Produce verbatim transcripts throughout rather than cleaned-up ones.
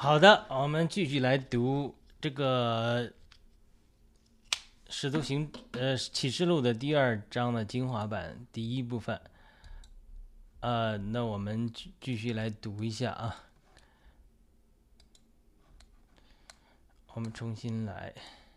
好的，我们继续来读这个《使徒行》呃启示录的第二章的精华版第一部分。呃，那我们继继续来读一下啊，我们重新来。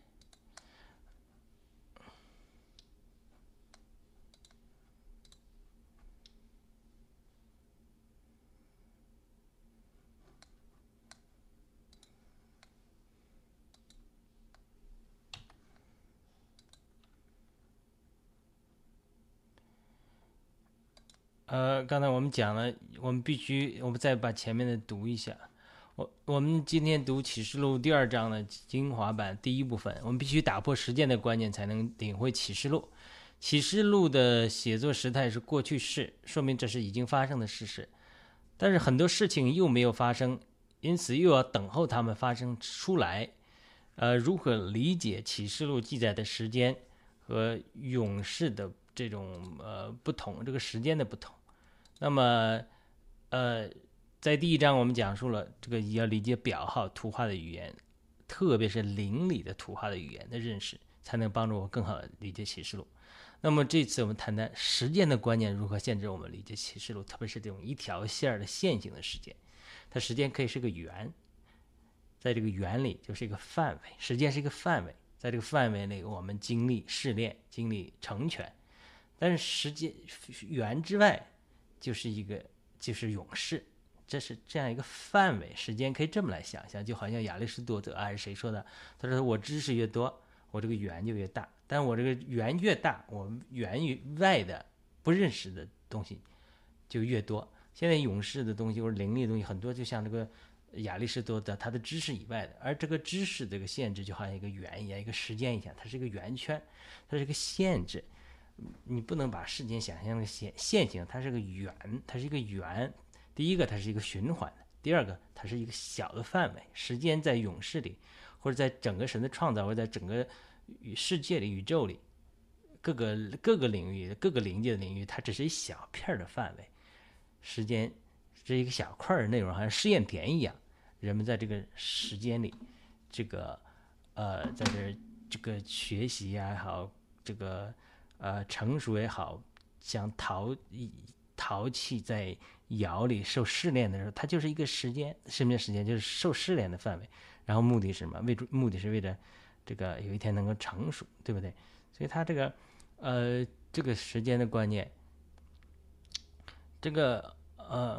呃，刚才我们讲了，我们必须，我们再把前面的读一下。我我们今天读启示录第二章的精华版第一部分，我们必须打破时间的观念，才能领会启示录。启示录的写作时态是过去式，说明这是已经发生的事实。但是很多事情又没有发生，因此又要等候它们发生出来。呃，如何理解启示录记载的时间和勇士的这种呃不同，这个时间的不同？那么，呃，在第一章我们讲述了这个要理解表号图画的语言，特别是灵里的图画的语言的认识，才能帮助我更好的理解启示录。那么这次我们谈谈时间的观念如何限制我们理解启示录，特别是这种一条线的线性的时间。它时间可以是个圆，在这个圆里就是一个范围，时间是一个范围，在这个范围内我们经历试炼，经历成全。但是时间圆之外就是一个就是勇士，这是这样一个范围。时间可以这么来想象，就好像亚里士多德还是谁说的，他说我知识越多，我这个圆就越大，但我这个圆越大，我圆以外的不认识的东西就越多。现在勇士的东西或者灵力的东西很多，就像这个亚里士多德他的知识以外的，而这个知识这个限制就好像一个圆一样，一个时间一样，它是一个圆圈，它是一个限制。你不能把时间想象的线线性，它是个圆，它是一个圆。第一个，它是一个循环的；第二个，它是一个小的范围。时间在勇士里，或者在整个神的创造，或者在整个世界里、宇宙里，各个各个领域、各个临界的领域，它只是一小片的范围。时间是一个小块的内容，好像试验田一样。人们在这个时间里，这个呃，在这这个学习也好，这个。呃，成熟也好，像陶陶器在窑里受试炼的时候，它就是一个时间，什么时间就是受试炼的范围。然后目的是什么？为目的是为了这个有一天能够成熟，对不对？所以它这个呃这个时间的观念，这个呃，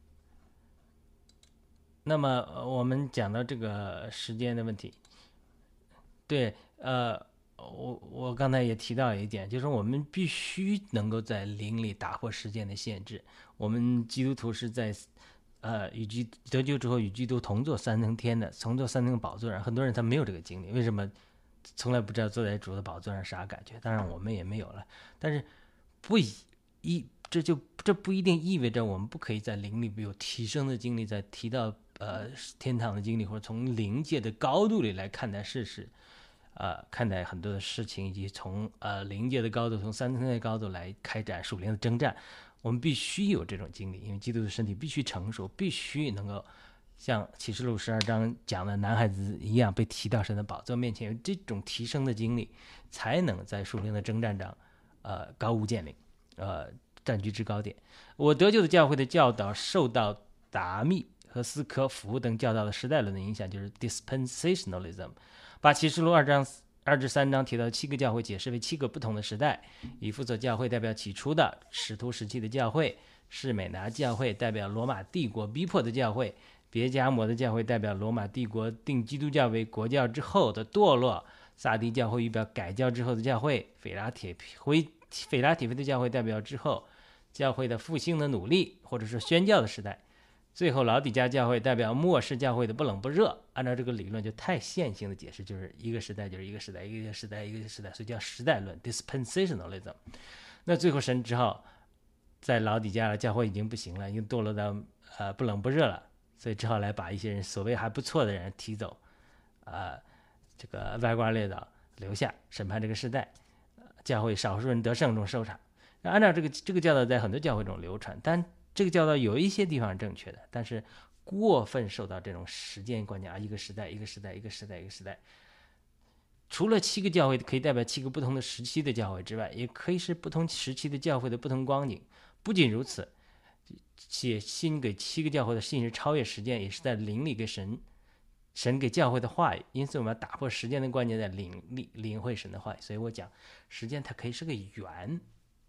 那么我们讲到这个时间的问题，对，呃。我我刚才也提到一点，就是我们必须能够在灵里打破时间的限制。我们基督徒是在呃与基得救之后与基督同坐三层天的，同坐三层宝座上。很多人他没有这个经历，为什么？从来不知道坐在主的宝座上啥感觉。当然我们也没有了，但是不一这就这不一定意味着我们不可以在灵里有提升的经历，在提到呃天堂的经历，或者从灵界的高度里来看待事实。呃，看待很多的事情，以及从呃灵界的高度，从三层的高度来开展属灵的征战，我们必须有这种经历，因为基督的身体必须成熟，必须能够像启示录十二章讲的男孩子一样被提到神的宝座面前，有这种提升的经历，才能在属灵的征战上，呃，高屋建瓴，呃，占据制高点。我得救的教会的教导受到达密和斯科福等教导的时代论的影响，就是 dispensationalism。把启示录二章二至三章提到七个教会解释为七个不同的时代。以弗所教会代表起初的使徒时期的教会，士美拿教会代表罗马帝国逼迫的教会，别加摩的教会代表罗马帝国定基督教为国教之后的堕落，萨迪教会预表改教之后的教会，斐拉铁菲斐拉铁菲的教会代表之后教会的复兴的努力，或者是宣教的时代。最后老底嘉教会代表末世教会的不冷不热。按照这个理论就太线性的解释，就是一个时代就是一个时代，一个时代一个时代，所以叫时代论 dispensationalism。 那最后神之后在老底嘉的教会已经不行了，已经堕落到呃不冷不热了，所以只好来把一些人所谓还不错的人提走，呃这个歪瓜裂枣留下审判这个时代，教会少数人得胜中收场。按照这个这个教导在很多教会中流传，但这个教导有一些地方是正确的，但是过分受到这种时间观念啊，一个时代一个时代一个时代一个时代。除了七个教会可以代表七个不同的时期的教会之外，也可以是不同时期的教会的不同光景。不仅如此，写信给七个教会的信是超越时间，也是在灵里给神神给教会的话语。因此我们要打破时间的观念，在领领领会神的话语。所以我讲时间它可以是个圆，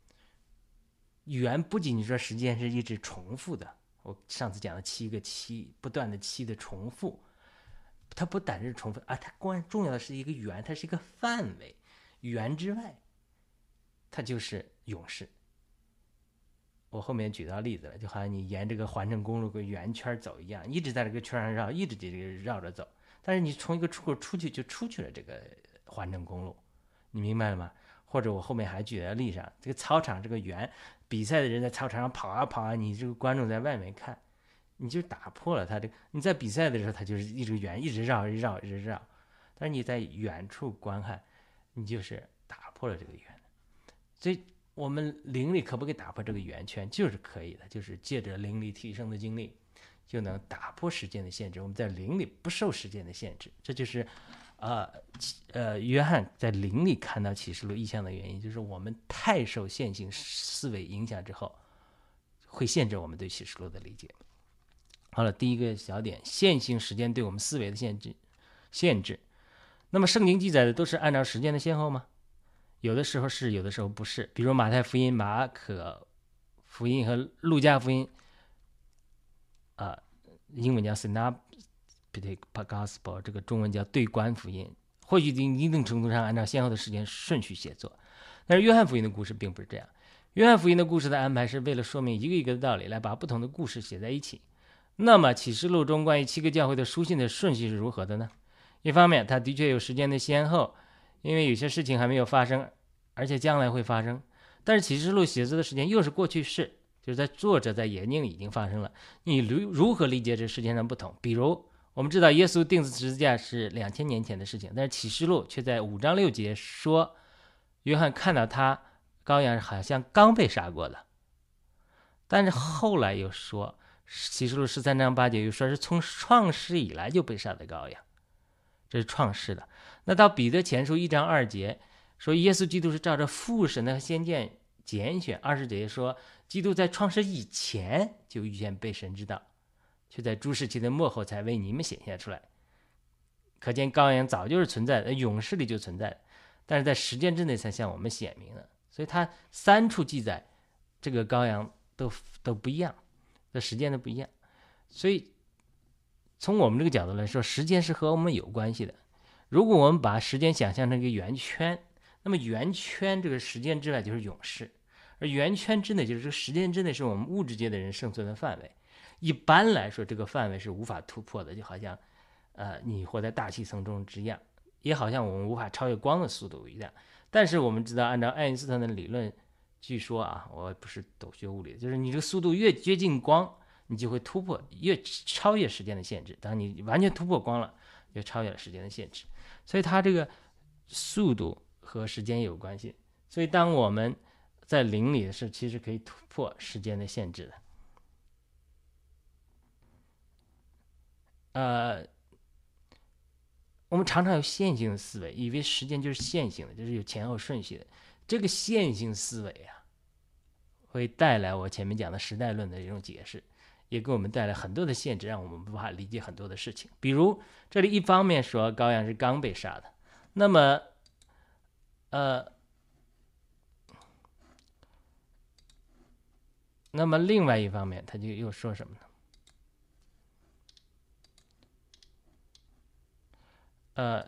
圆不仅仅说时间是一直重复的，我上次讲的七个七不断的七的重复，它不单是重复啊，它关重要的是一个圆，它是一个范围，圆之外它就是永世。我后面举到例子了，就好像你沿这个环城公路个圆圈走一样，一直在这个圈上绕，一直这个绕着走，但是你从一个出口出去就出去了这个环城公路，你明白了吗？或者我后面还举在例上，这个操场这个圆，比赛的人在操场上跑啊跑啊，你这个观众在外面看，你就打破了他这个。你在比赛的时候，他就是一直圆，一直绕，一直绕，一直绕，但是你在远处观看，你就是打破了这个圆。所以我们灵力可不可以打破这个圆圈？就是可以的，就是借着灵力提升的经历，就能打破时间的限制。我们在灵里不受时间的限制，这就是呃呃约翰在灵里看到启示录异象的原因，就是我们太受线性思维影响之后，会限制我们对启示录的理解。好了，第一个小点，线性时间对我们思维的限制限制。那么圣经记载的都是按照时间的先后吗？有的时候是，有的时候不是。比如马太福音、马可福音和路加福音，啊、呃，英文叫 synoptic gospel， 这个中文叫对观福音，或许一定程度上按照先后的时间顺序写作。但是约翰福音的故事并不是这样。约翰福音的故事的安排是为了说明一个一个的道理，来把不同的故事写在一起。那么启示录中关于七个教会的书信的顺序是如何的呢？一方面，它的确有时间的先后，因为有些事情还没有发生，而且将来会发生。但是启示录写作的时间又是过去式，就是在作者在眼睛里已经发生了。你如如何理解这时间上不同？比如我们知道耶稣钉死十字架是两千年前的事情，但是启示录却在五章六节说，约翰看到他羔羊好像刚被杀过的。但是后来又说，启示录十三章八节又说是从创世以来就被杀的羔羊，这是创世的。那到彼得前书一章二节说，耶稣基督是照着父神的先见拣选。二十节说，基督在创世以前就预见被神知道，却在诸世期的末后才为你们显现出来。可见羔羊早就是存在的，永世里就存在的，但是在时间之内才向我们显明的。所以它三处记载这个羔羊都都不一样，这时间都不一样。所以从我们这个角度来说，时间是和我们有关系的。如果我们把时间想象成一个圆圈，那么圆圈这个时间之外就是永世，而圆圈之内就是这个时间之内是我们物质界的人生存的范围。一般来说，这个范围是无法突破的，就好像呃你活在大气层中之一样，也好像我们无法超越光的速度一样。但是我们知道，按照爱因斯坦的理论，据说啊，我不是抖学物理，就是你这个速度越接近光，你就会突破，越超越时间的限制。当你完全突破光了，就超越了时间的限制。所以它这个速度和时间有关系。所以当我们在灵里是其实可以突破时间的限制的。呃，我们常常有线性的思维，以为时间就是线性的，就是有前后顺序的。这个线性思维啊，会带来我前面讲的时代论的这种解释，也给我们带来很多的限制，让我们无法理解很多的事情。比如这里一方面说羔羊是刚被杀的，那么呃，那么另外一方面他就又说什么呢？呃，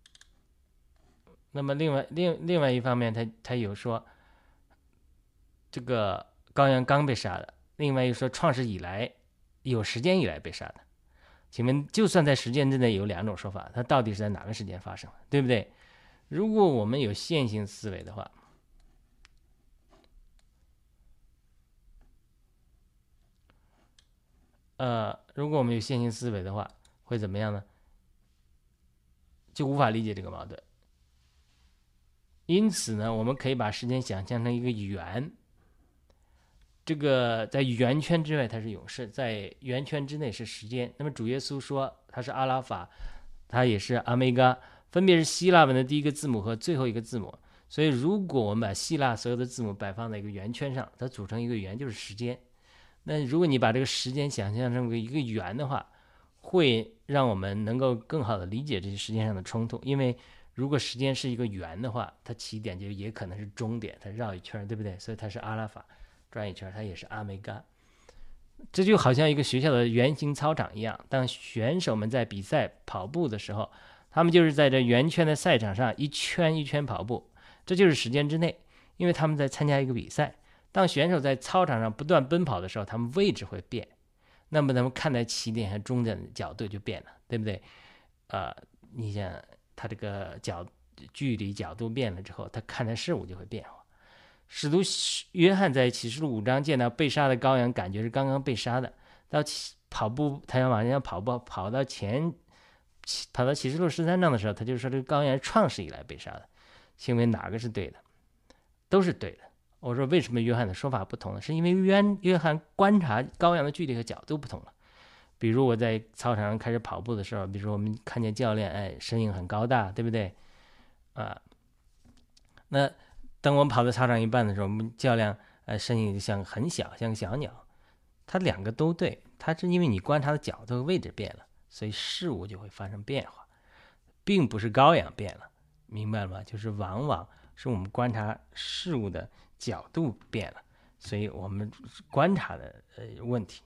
那么另外另另外一方面他他有说这个羔羊刚被杀的，另外又说创世以来有时间以来被杀的。请问就算在时间之内有两种说法，它到底是在哪个时间发生的，对不对？如果我们有线性思维的话，呃，如果我们有线性思维的话，会怎么样呢？就无法理解这个矛盾。因此呢，我们可以把时间想象成一个圆， 这个在圆圈之外它是永世，在圆圈之内是时间。那么主耶稣说他是阿拉法，他也是阿梅嘎，分别是希腊文的第一个字母和最后一个字母。所以如果我们把希腊所有的字母摆放在一个圆圈上，它组成一个圆就是时间。那如果你把这个时间想象成一个圆的话，会让我们能够更好的理解这些时间上的冲突。因为如果时间是一个圆的话，它起点就也可能是终点，它绕一圈，对不对？所以它是阿拉法，转一圈它也是阿梅嘎。这就好像一个学校的圆形操场一样，当选手们在比赛跑步的时候，他们就是在这圆圈的赛场上一圈一圈跑步，这就是时间之内，因为他们在参加一个比赛。当选手在操场上不断奔跑的时候，他们位置会变，那么他们看待起点和终点的角度就变了，对不对？呃，你想他这个角距离角度变了之后，他看待事物就会变化。使徒约翰在启示录五章见到被杀的羔羊，感觉是刚刚被杀的，到跑步他要往人家跑步跑到前跑到启示录十三章的时候，他就说这个羔羊是创世以来被杀的。请问哪个是对的？都是对的。我说为什么约翰的说法不同呢？是因为约约翰观察羔羊的距离和角度不同了。比如我在操场上开始跑步的时候，比如说我们看见教练，哎，身影很高大，对不对？啊，那等我们跑到操场一半的时候，我们教练呃身影就像很小，像个小鸟。它两个都对，它是因为你观察的角度位置变了，所以事物就会发生变化，并不是羔羊变了，明白了吗？就是往往是我们观察事物的角度变了，所以我们观察的呃问题。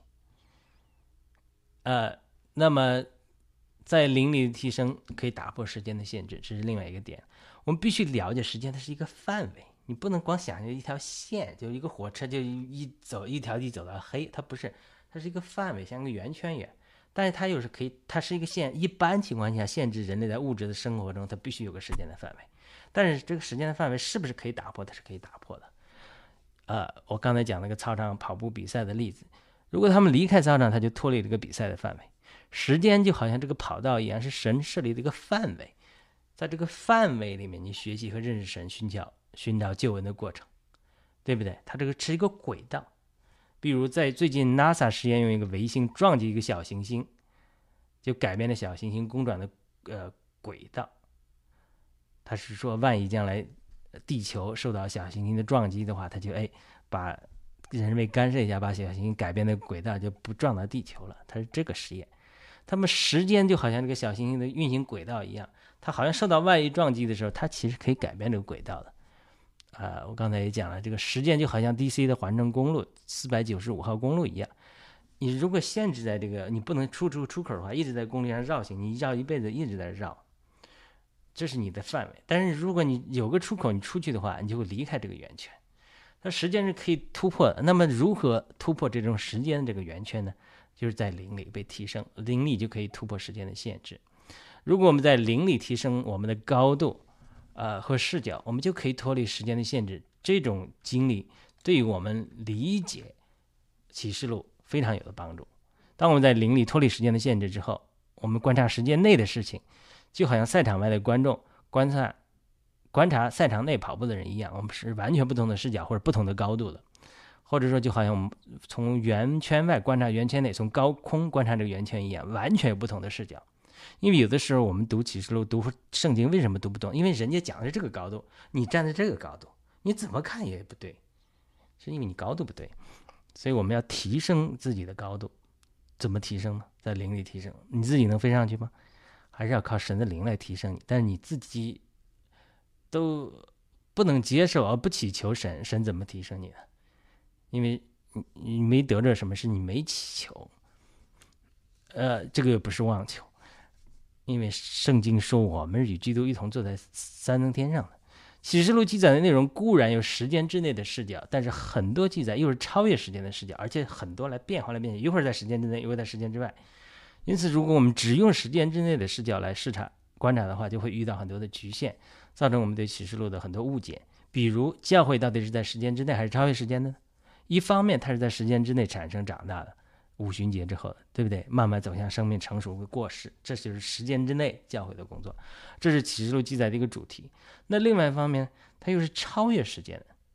呃，那么在灵里的提升可以打破时间的限制，这是另外一个点。我们必须了解时间它是一个范围，你不能光想着一条线，就一个火车就一走一条地走到黑，它不是，它是一个范围，像个圆圈圆。但是它又是可以，它是一个线，一般情况下限制人类在物质的生活中，它必须有个时间的范围。但是这个时间的范围是不是可以打破？它是可以打破的。呃，我刚才讲那个操场跑步比赛的例子，如果他们离开操场，他就脱离这个比赛的范围。时间就好像这个跑道一样，是神设立的一个范围，在这个范围里面，你学习和认识神、寻找寻找救恩的过程，对不对？它这个是一个轨道。比如在最近 NASA 实验用一个卫星撞击一个小行星，就改变了小行星公转的呃轨道。他是说，万一将来地球受到小行星的撞击的话，他就哎把人为干涉一下，把小行星改变的轨道就不撞到地球了。它是这个实验。他们时间就好像这个小行星的运行轨道一样，它好像受到外力撞击的时候，它其实可以改变这个轨道的。呃，我刚才也讲了，这个时间就好像 D C 的环城公路四百九十五号公路一样，你如果限制在这个，你不能出出出口的话，一直在公路上绕行，你绕一辈子一直在绕，这是你的范围。但是如果你有个出口，你出去的话，你就会离开这个圆圈。它时间是可以突破的。那么如何突破这种时间的这个圆圈呢？就是在灵里被提升，灵里就可以突破时间的限制。如果我们在灵里提升我们的高度呃和视角，我们就可以脱离时间的限制。这种经历对于我们理解启示录非常有的帮助。当我们在灵里脱离时间的限制之后，我们观察时间内的事情，就好像赛场外的观众观察观察赛场内跑步的人一样，我们是完全不同的视角或者不同的高度的。或者说就好像我们从圆圈外观察圆圈内，从高空观察这个圆圈一样，完全有不同的视角。因为有的时候我们读启示录读圣经为什么读不懂？因为人家讲的是这个高度，你站在这个高度，你怎么看也不对，是因为你高度不对。所以我们要提升自己的高度。怎么提升呢？在灵里提升。你自己能飞上去吗？还是要靠神的灵来提升你？但是你自己都不能接受而不祈求神，神怎么提升你呢？因为你没得着什么，是你没祈求。呃，这个不是妄求，因为圣经说我们与基督一同坐在三层天上的。启示录记载的内容固然有时间之内的视角，但是很多记载又是超越时间的视角，而且很多来变化来变去，一会儿在时间之内，一会儿在时间之外。因此，如果我们只用时间之内的视角来视察观察的话，就会遇到很多的局限，造成我们对启示录的很多误解。比如，教会到底是在时间之内还是超越时间的呢？一方面，它是在时间之内产生长大的，五旬节之后的，对不对？慢慢走向生命成熟和过世，这就是时间之内教会的工作，这是启示录记载的一个主题。那另外一方面，它又是超越时间的，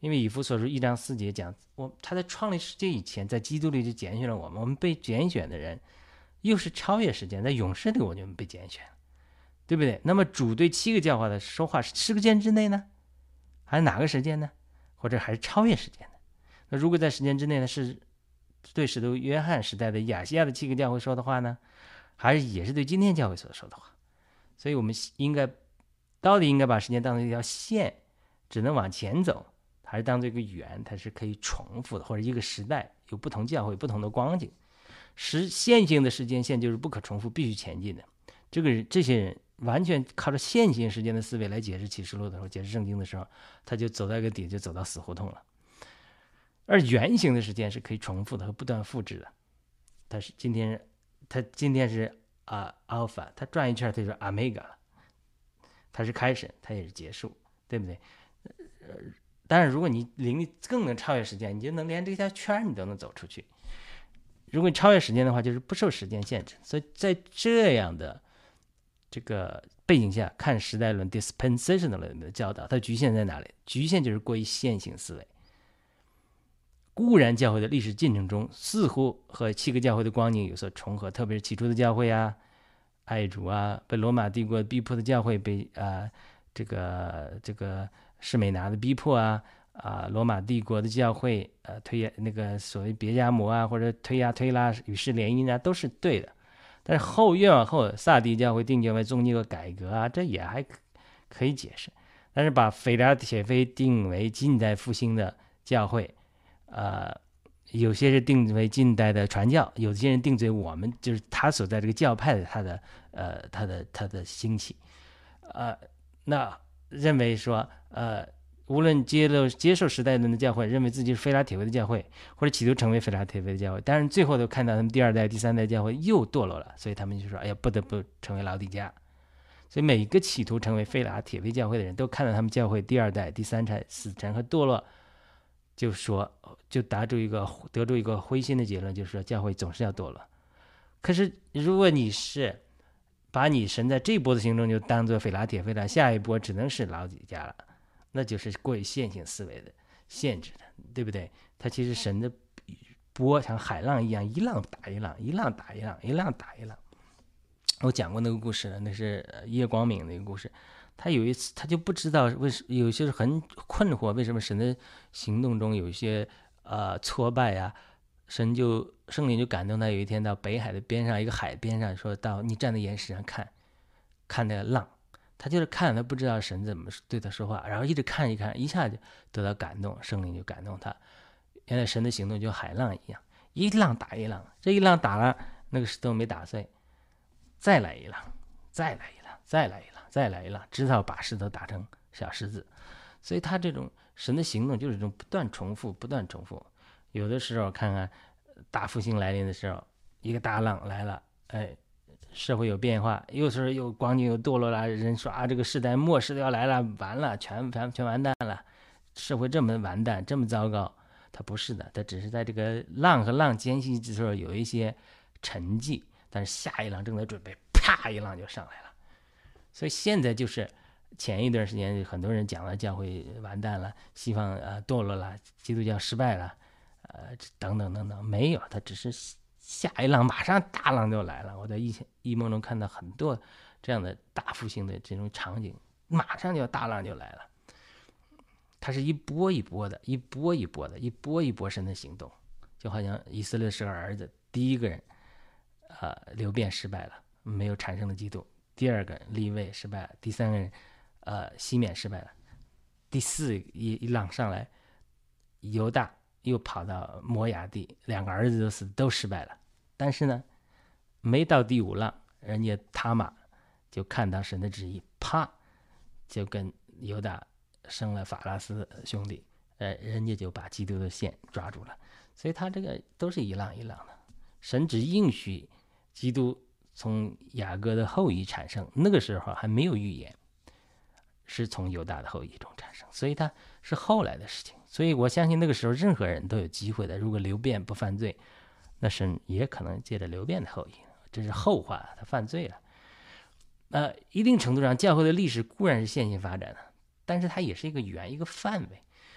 因为以弗所书一章四节讲，我他在创立世界以前，在基督里就拣选了我们，我们被拣选的人，又是超越时间，在永世里我就被拣选，对不对？那么主对七个教会的说话是时间之内呢，还是哪个时间呢？或者还是超越时间呢？那如果在时间之内呢，是对使徒约翰时代的亚细亚的七个教会说的话呢，还是也是对今天教会所说的话？所以我们应该到底应该把时间当成一条线，只能往前走，还是当做一个圆，它是可以重复的，或者一个时代有不同教会不同的光景。时线性的时间线就是不可重复，必须前进的。这个这些人完全靠着线性时间的思维来解释启示录的时候，解释圣经的时候，他就走到一个底，就走到死胡同了。而圆形的时间是可以重复的和不断复制的。它是今天，它今天是啊 alpha， 它转一圈它就是 omega 了。它是开始，它也是结束，对不对？呃，当然，如果你灵力更能超越时间，你就能连这条圈你都能走出去。如果你超越时间的话，就是不受时间限制。所以在这样的这个背景下，看时代论 dispensational 的教导，它局限在哪里？局限就是过于线性思维。固然教会的历史进程中似乎和七个教会的光景有所重合，特别是起初的教会啊，爱主啊，被罗马帝国逼迫的教会，被啊、呃、这个这个士美拿的逼迫啊啊、呃，罗马帝国的教会呃推那个所谓别加摩啊，或者推呀推拉与世联姻啊，都是对的。但是后越往后，萨迪教会定教为宗教改革啊，这也还可以解释。但是把腓拉铁非定为近代复兴的教会。呃，有些是定为近代的传教，有些人定罪我们就是他所在这个教派的他的呃他的他的兴起，呃，那认为说呃，无论接受接受时代论的教会，认为自己是腓拉铁非的教会，或者企图成为腓拉铁非的教会，但是最后都看到他们第二代、第三代教会又堕落了，所以他们就说，哎呀，不得不成为老底嘉。所以每一个企图成为腓拉铁非教会的人都看到他们教会第二代、第三代死沉和堕落。就说就达出一个得出一个灰心的结论，就是说教会总是要堕落。可是如果你是把你神在这一波的行动就当做腓拉铁非了，下一波只能是老底嘉了，那就是过于线性思维的限制的，对不对？它其实神的波像海浪一样，一浪打一浪，一浪打一浪，一浪打一浪。我讲过那个故事了，那是叶光敏那个故事。他有一次，他就不知道为什么，有些是很困惑，为什么神的行动中有一些呃挫败啊？神就圣灵就感动他，有一天到北海的边上一个海边上，说到你站在岩石上看，看那个浪，他就是看，他不知道神怎么对他说话，然后一直看一看，一下就得到感动，圣灵就感动他。原来神的行动就海浪一样，一浪打一浪，这一浪打了那个石头没打碎，再来一浪，再来一浪，再来一浪。再来一浪，直到把石头打成小石子。所以他这种神的行动就是这种不断重复不断重复。有的时候看看大复兴来临的时候，一个大浪来了，哎，社会有变化，有时候又光景又堕落了，人说啊这个时代末世都要来了，完了全全全完蛋了，社会这么完蛋这么糟糕。他不是的，他只是在这个浪和浪间隙之时候有一些沉寂，但是下一浪正在准备，啪一浪就上来了。所以现在就是前一段时间很多人讲了教会完蛋了，西方呃堕落了，基督教失败了，呃等等等等，没有，它只是下一浪马上大浪就来了。我在异异梦中看到很多这样的大复兴的这种场景，马上就大浪就来了。它是一波一波的，一波一波的，一波一波神的行动，就好像以色列十个儿子，第一个人呃流变失败了，没有产生了基督。第二个利未失败了，第三个人，呃，西缅失败了，第四一一浪上来，犹大又跑到摩亚地，两个儿子都死，都失败了。但是呢，没到第五浪，人家他玛就看到神的旨意，啪，就跟犹大生了法拉斯兄弟，呃，人家就把基督的线抓住了。所以他这个都是一浪一浪的，神只应许基督从雅各的后裔产生，那个时候还没有预言是从犹大的后裔中产生，所以它是后来的事情。所以我相信那个时候任何人都有机会的。如果流变不犯罪，那神也可能借着流变的后裔，这是后话，他犯罪了。呃，一定程度上，教会的历史固然是线性发展的，但是它也是一个圆一个范围。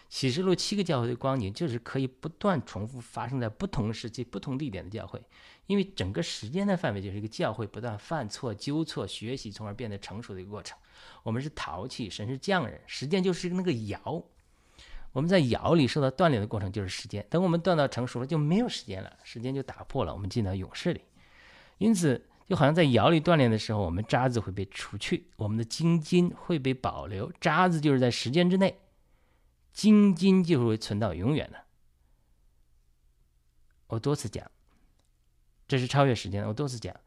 启示录七个教会的光景就是可以不断重复发生在不同时期、不同地点的教会，因为整个时间的范围就是一个教会不断犯错、纠错、学习，从而变得成熟的一个过程。我们是陶器，神是匠人，时间就是那个窑。我们在窑里受到锻炼的过程就是时间，等我们锻到成熟了就没有时间了，时间就打破了，我们进到勇士里。因此就好像在窑里锻炼的时候，我们渣子会被除去，我们的精金会被保留，渣子就是在时间之内，精金就会存到永远的。我多次讲，这是超越时间的。我多次讲，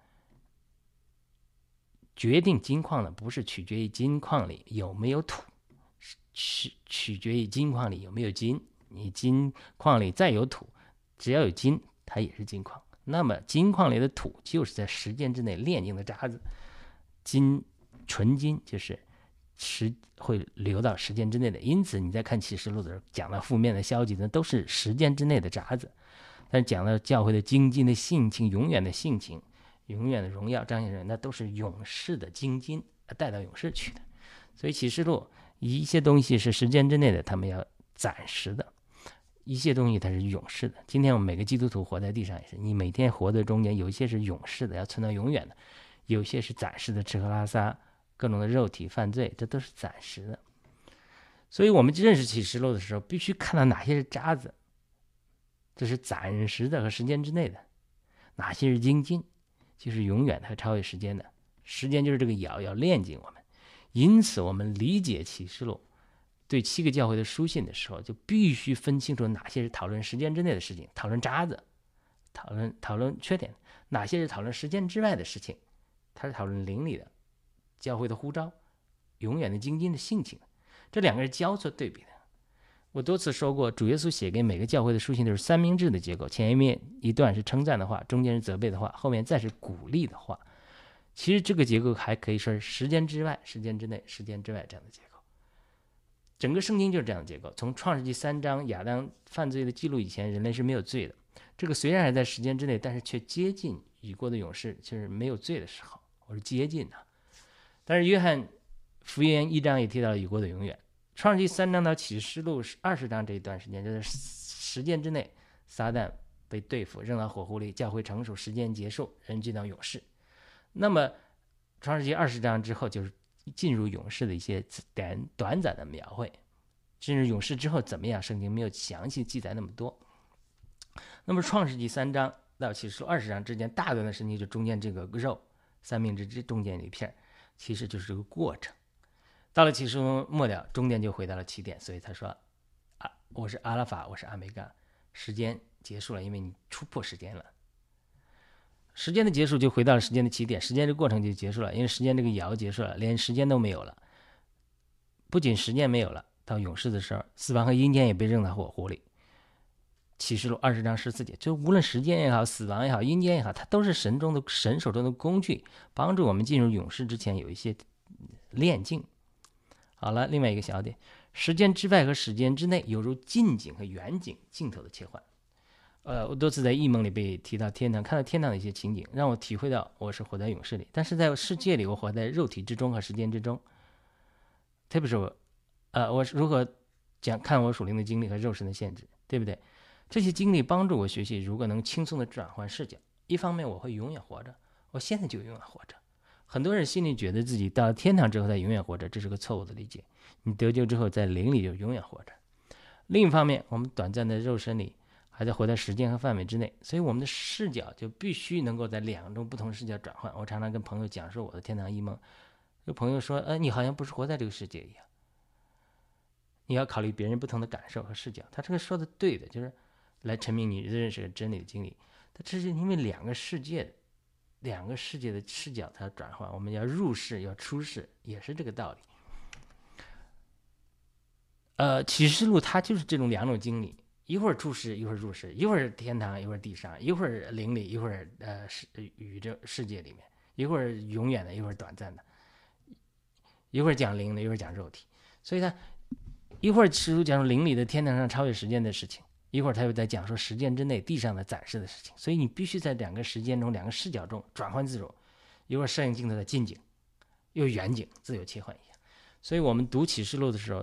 决定金矿的不是取决于金矿里有没有土，取取决于金矿里有没有金。你金矿里再有土，只要有金，它也是金矿。那么金矿里的土就是在时间之内炼金的渣子，金纯金就是时会流到时间之内的。因此你在看启示录的时候，讲到负面的消极的都是时间之内的渣子，但讲到教会的精金的性情、永远的性情、永远的荣耀彰显人，那都是永世的精金带到永世去的。所以启示录一些东西是时间之内的，他们要暂时的；一些东西它是永世的。今天我们每个基督徒活在地上也是，你每天活在中间，有一些是永世的，要存到永远的；有些是暂时的，吃喝拉撒，各种的肉体犯罪，这都是暂时的。所以我们认识启示录的时候，必须看到哪些是渣子，这是暂时的和时间之内的；哪些是精金，就是永远的和超越时间的。时间就是这个窑，要炼净我们。因此我们理解启示录对七个教会的书信的时候，就必须分清楚哪些是讨论时间之内的事情，讨论渣子，讨论讨论缺点；哪些是讨论时间之外的事情，它是讨论灵里的教会的呼召，永远的精金的性情。这两个是交错对比的。我多次说过，主耶稣写给每个教会的书信都是三明治的结构，前面一段是称赞的话，中间是责备的话，后面再是鼓励的话。其实这个结构还可以说是时间之外、时间之内、时间之外这样的结构。整个圣经就是这样的结构。从创世纪三章亚当犯罪的记录以前，人类是没有罪的。这个虽然还在时间之内，但是却接近已过的永世，就是没有罪的时候，我是接近的。但是约翰福音一章也提到了已过的永远。创世纪三章到启示录二十章这一段时间，就是时间之内，撒旦被对付，扔到火湖里，教会成熟，时间结束，人进到永世。那么创世纪二十章之后就是进入永世的一些短短暂的描绘。进入永世之后怎么样，圣经没有详细记载那么多。那么创世纪三章到启示录二十章之间大段的时间，就中间这个肉三明治之中间一片，其实就是这个过程。到了启示录末了，终点就回到了起点。所以他说啊，我是阿拉法，我是阿梅嘎，时间结束了，因为你突破时间了。时间的结束就回到了时间的起点，时间的过程就结束了，因为时间这个窑结束了，连时间都没有了。不仅时间没有了，到永世的时候，死亡和阴间也被扔到火湖里。启示录二十章十四节，就无论时间也好，死亡也好，阴间也好，它都是神中的神手中的工具，帮助我们进入永世之前有一些炼净。好了，另外一个小点，时间之外和时间之内，犹如近景和远景镜头的切换。呃，我多次在异梦里被提到天堂，看到天堂的一些情景，让我体会到我是活在永世里，但是在世界里，我活在肉体之中和时间之中。特别是我，呃，我如何讲看我属灵的经历和肉身的限制，对不对？这些经历帮助我学习如果能轻松的转换视角。一方面，我会永远活着，我现在就永远活着。很多人心里觉得自己到了天堂之后才永远活着，这是个错误的理解。你得救之后，在灵里就永远活着。另一方面，我们短暂的肉身里还在活在时间和范围之内，所以我们的视角就必须能够在两种不同视角转换。我常常跟朋友讲述我的天堂异梦，有朋友说：“呃，你好像不是活在这个世界一样，你要考虑别人不同的感受和视角。”他这个说的对的，就是来陈明你认识真理的经历。他这是因为两个世界，两个世界的视角它转换，我们要入世要出世，也是这个道理。呃，启示录它就是这种两种经历。一会儿出世，一会儿入世，一会儿天堂，一会儿地上，一会儿灵里，一会儿呃宇宙世界里面，一会儿永远的，一会儿短暂的，一会儿讲灵的，一会儿讲肉体。所以他一会儿启示录讲述灵里的天堂上超越时间的事情，一会儿他又在讲说时间之内地上的暂时的事情。所以你必须在两个时间中、两个视角中转换自如。一会儿摄影镜头的近景，又远景，自由切换一下。所以我们读启示录的时候，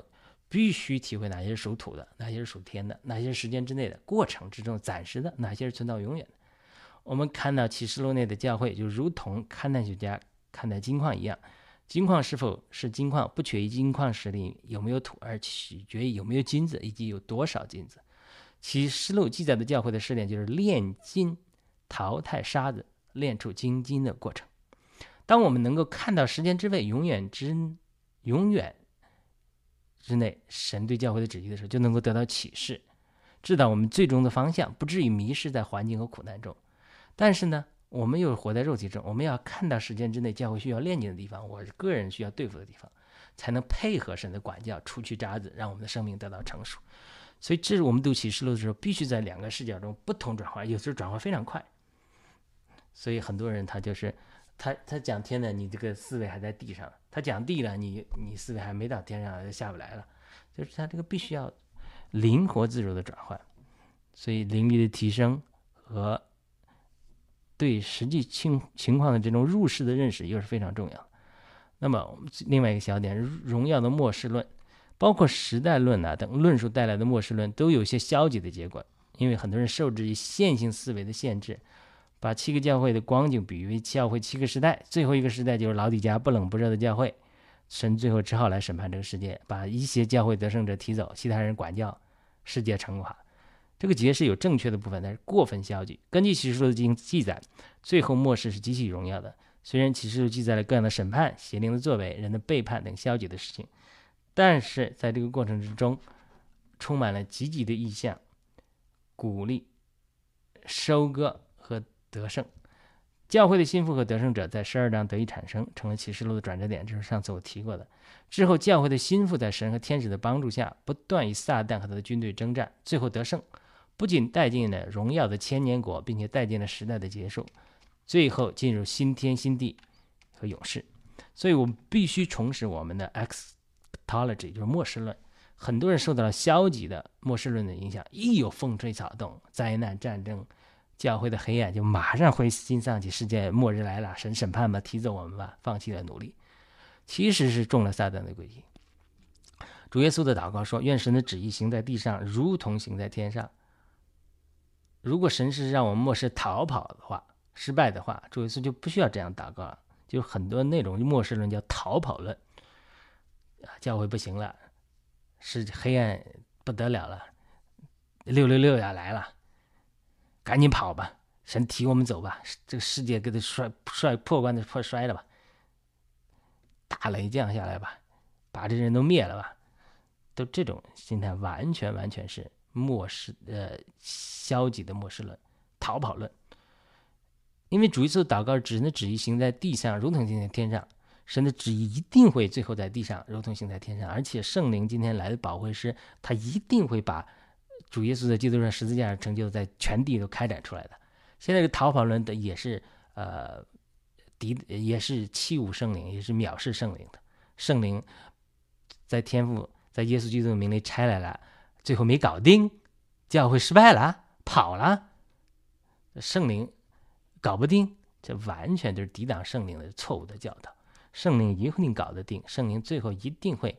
必须体会哪些是属土的，哪些是属天的，哪些是时间之内的，过程之中暂时的，哪些是存到永远的。我们看到启示录内的教会，就如同勘探学家看待金矿一样，金矿是否是金矿，不取于金矿石里有没有土，而取决于有没有金子以及有多少金子。启示录记载的教会的试炼就是炼金、淘汰沙子、炼出精金的过程。当我们能够看到时间之内永远之永远之内神对教会的旨意的时候，就能够得到启示，知道我们最终的方向，不至于迷失在环境和苦难中。但是呢，我们又活在肉体中，我们要看到时间之内教会需要炼金的地方，我个人需要对付的地方，才能配合神的管教，除去渣子，让我们的生命得到成熟。所以这是我们读启示录的时候，必须在两个视角中不同转换，有时候转换非常快。所以很多人他就是他他讲天的，你这个思维还在地上；他讲地了，你你思维还没到天上，就下不来了。就是他这个必须要灵活自如的转换。所以灵力的提升和对实际情情况的这种入世的认识又是非常重要的。那么另外一个小点，荣耀的末世论，包括时代论啊等论述带来的末世论，都有一些消极的结果。因为很多人受制于线性思维的限制，把七个教会的光景比喻为教会七个时代，最后一个时代就是老底嘉不冷不热的教会。神最后只好来审判这个世界，把一些教会得胜者提走，其他人管教，世界惩罚。这个解释有正确的部分，但是过分消极。根据启示录的记载，最后末世是极其荣耀的。虽然启示录记载了各样的审判、邪灵的作为、人的背叛等消极的事情，但是在这个过程之中，充满了积极的意象，鼓励、收割和得胜。教会的心腹和得胜者在十二章得以产生，成了启示录的转折点，这是上次我提过的。之后教会的心腹在神和天使的帮助下，不断与撒旦和他的军队征战，最后得胜，不仅带进了荣耀的千年国，并且带进了时代的结束，最后进入新天新地和永世。所以我们必须重拾我们的 eschatology， 就是末世论。很多人受到了消极的末世论的影响，一有风吹草动、灾难、战争、教会的黑暗，就马上灰心丧气，世界末日来了，神审判吧，提走我们吧，放弃了努力。其实是中了撒旦的诡计。主耶稣的祷告说，愿神的旨意行在地上如同行在天上。如果神是让我们末世逃跑的话，失败的话，主耶稣就不需要这样祷告了。就很多那种末世论叫逃跑论，教会不行了，是黑暗不得了了，六六六要来了，赶紧跑吧，神提我们走吧，这个世界给他摔摔破罐子破摔了吧，大雷降下来吧，把这人都灭了吧。都这种心态完全完全是末世呃消极的末世论、逃跑论。因为主耶稣祷告，神的旨意行在地上如同行在天上，神的旨意一定会最后在地上如同行在天上。而且圣灵今天来的保惠师，他一定会把主耶稣在基督上十字架上成就在全地都开展出来的。现在这个逃跑论的也是呃敌也是欺侮圣灵，也是藐视圣灵的。圣灵在天父在耶稣基督的名里差来了，最后没搞定，教会失败了，跑了，圣灵搞不定，这完全就是抵挡圣灵的错误的教导。圣灵一定搞得定，圣灵最后一定会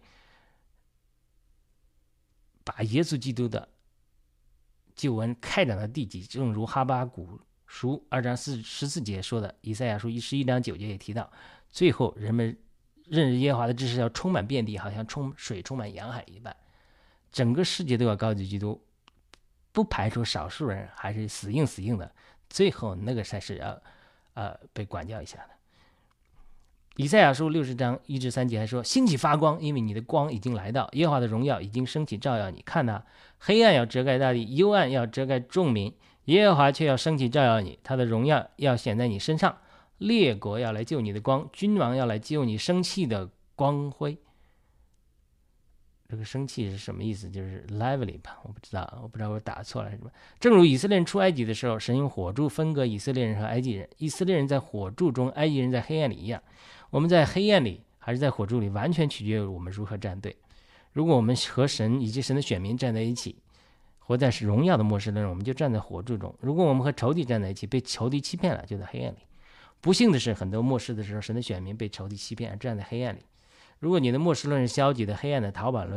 把耶稣基督的救恩开展到地极，正如哈巴谷书二章四十四节说的，以赛亚书十一章九节也提到，最后人们认识耶和华的知识要充满遍地，好像充水充满洋海一般，整个世界都要高举基督，不排除少数人还是死硬死硬的，最后那个才是要呃被管教一下的。以赛亚书六十章一至三节还说，兴起发光，因为你的光已经来到，耶和华的荣耀已经升起照耀你。看哪，黑暗要遮盖大地，幽暗要遮盖众民，耶和华却要升起照耀你，他的荣耀要显在你身上。列国要来救你的光，君王要来救你生气的光辉。这个生气是什么意思？就是 lively 吧，我不知道，我不知道我打错了什么。正如以色列人出埃及的时候，神用火柱分割以色列人和埃及人，以色列人在火柱中，埃及人在黑暗里一样。我们在黑暗里还是在火柱里，完全取决于我们如何站队。如果我们和神以及神的选民站在一起，活在是荣耀的末世论，我们就站在火柱中；如果我们和仇敌站在一起，被仇敌欺骗了，就在黑暗里。不幸的是，很多末世的时候，神的选民被仇敌欺骗，站在黑暗里。如果你的末世论是消极的、黑暗的逃跑论，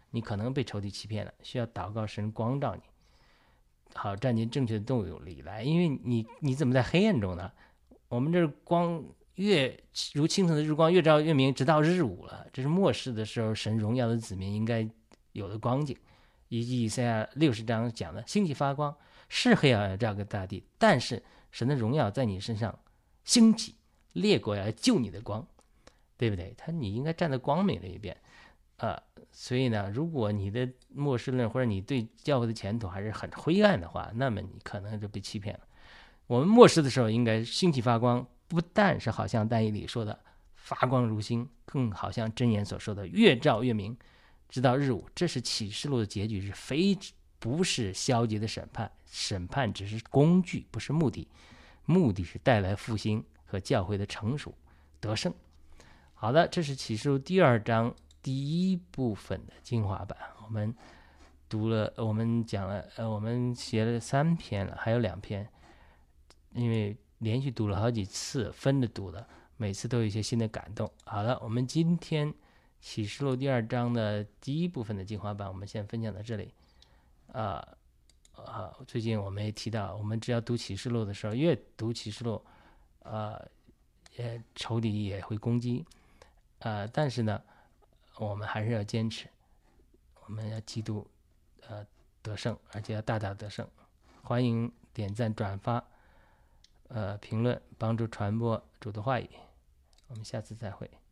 你可能被仇敌欺骗了，需要祷告神光照你，好站进正确的道理来。因为你你怎么在黑暗中呢？我们这光越如清晨的日光，越照越明，直到日午了。这是末世的时候神荣耀的子民应该有的光景。以及以赛亚六十章讲的，星起发光，是黑暗要照个大地，但是神的荣耀在你身上兴起，列国要来救你的光，对不对？他你应该站在光明的一边啊、呃。所以呢，如果你的末世论或者你对教会的前途还是很灰暗的话，那么你可能就被欺骗了。我们末世的时候应该兴起发光，不但是好像但以理说的发光如星，更好像箴言所说的越照越明，直到日午。这是启示录的结局，是非不是消极的审判，审判只是工具，不是目的，目的是带来复兴和教会的成熟得胜。好的，这是启示录第二章第一部分的精华版，我们读了，我们讲了，呃，我们写了三篇了，还有两篇，因为连续读了好几次，分着读的，每次都有一些新的感动。好了，我们今天启示录第二章的第一部分的精华版，我们先分享到这里。啊、呃、啊，最近我们也提到，我们只要读启示录的时候，越读启示录，呃，也仇敌也会攻击，呃，但是呢，我们还是要坚持，我们要基督，呃，得胜，而且要大大得胜。欢迎点赞、转发，呃，评论，帮助传播主的话语。我们下次再会。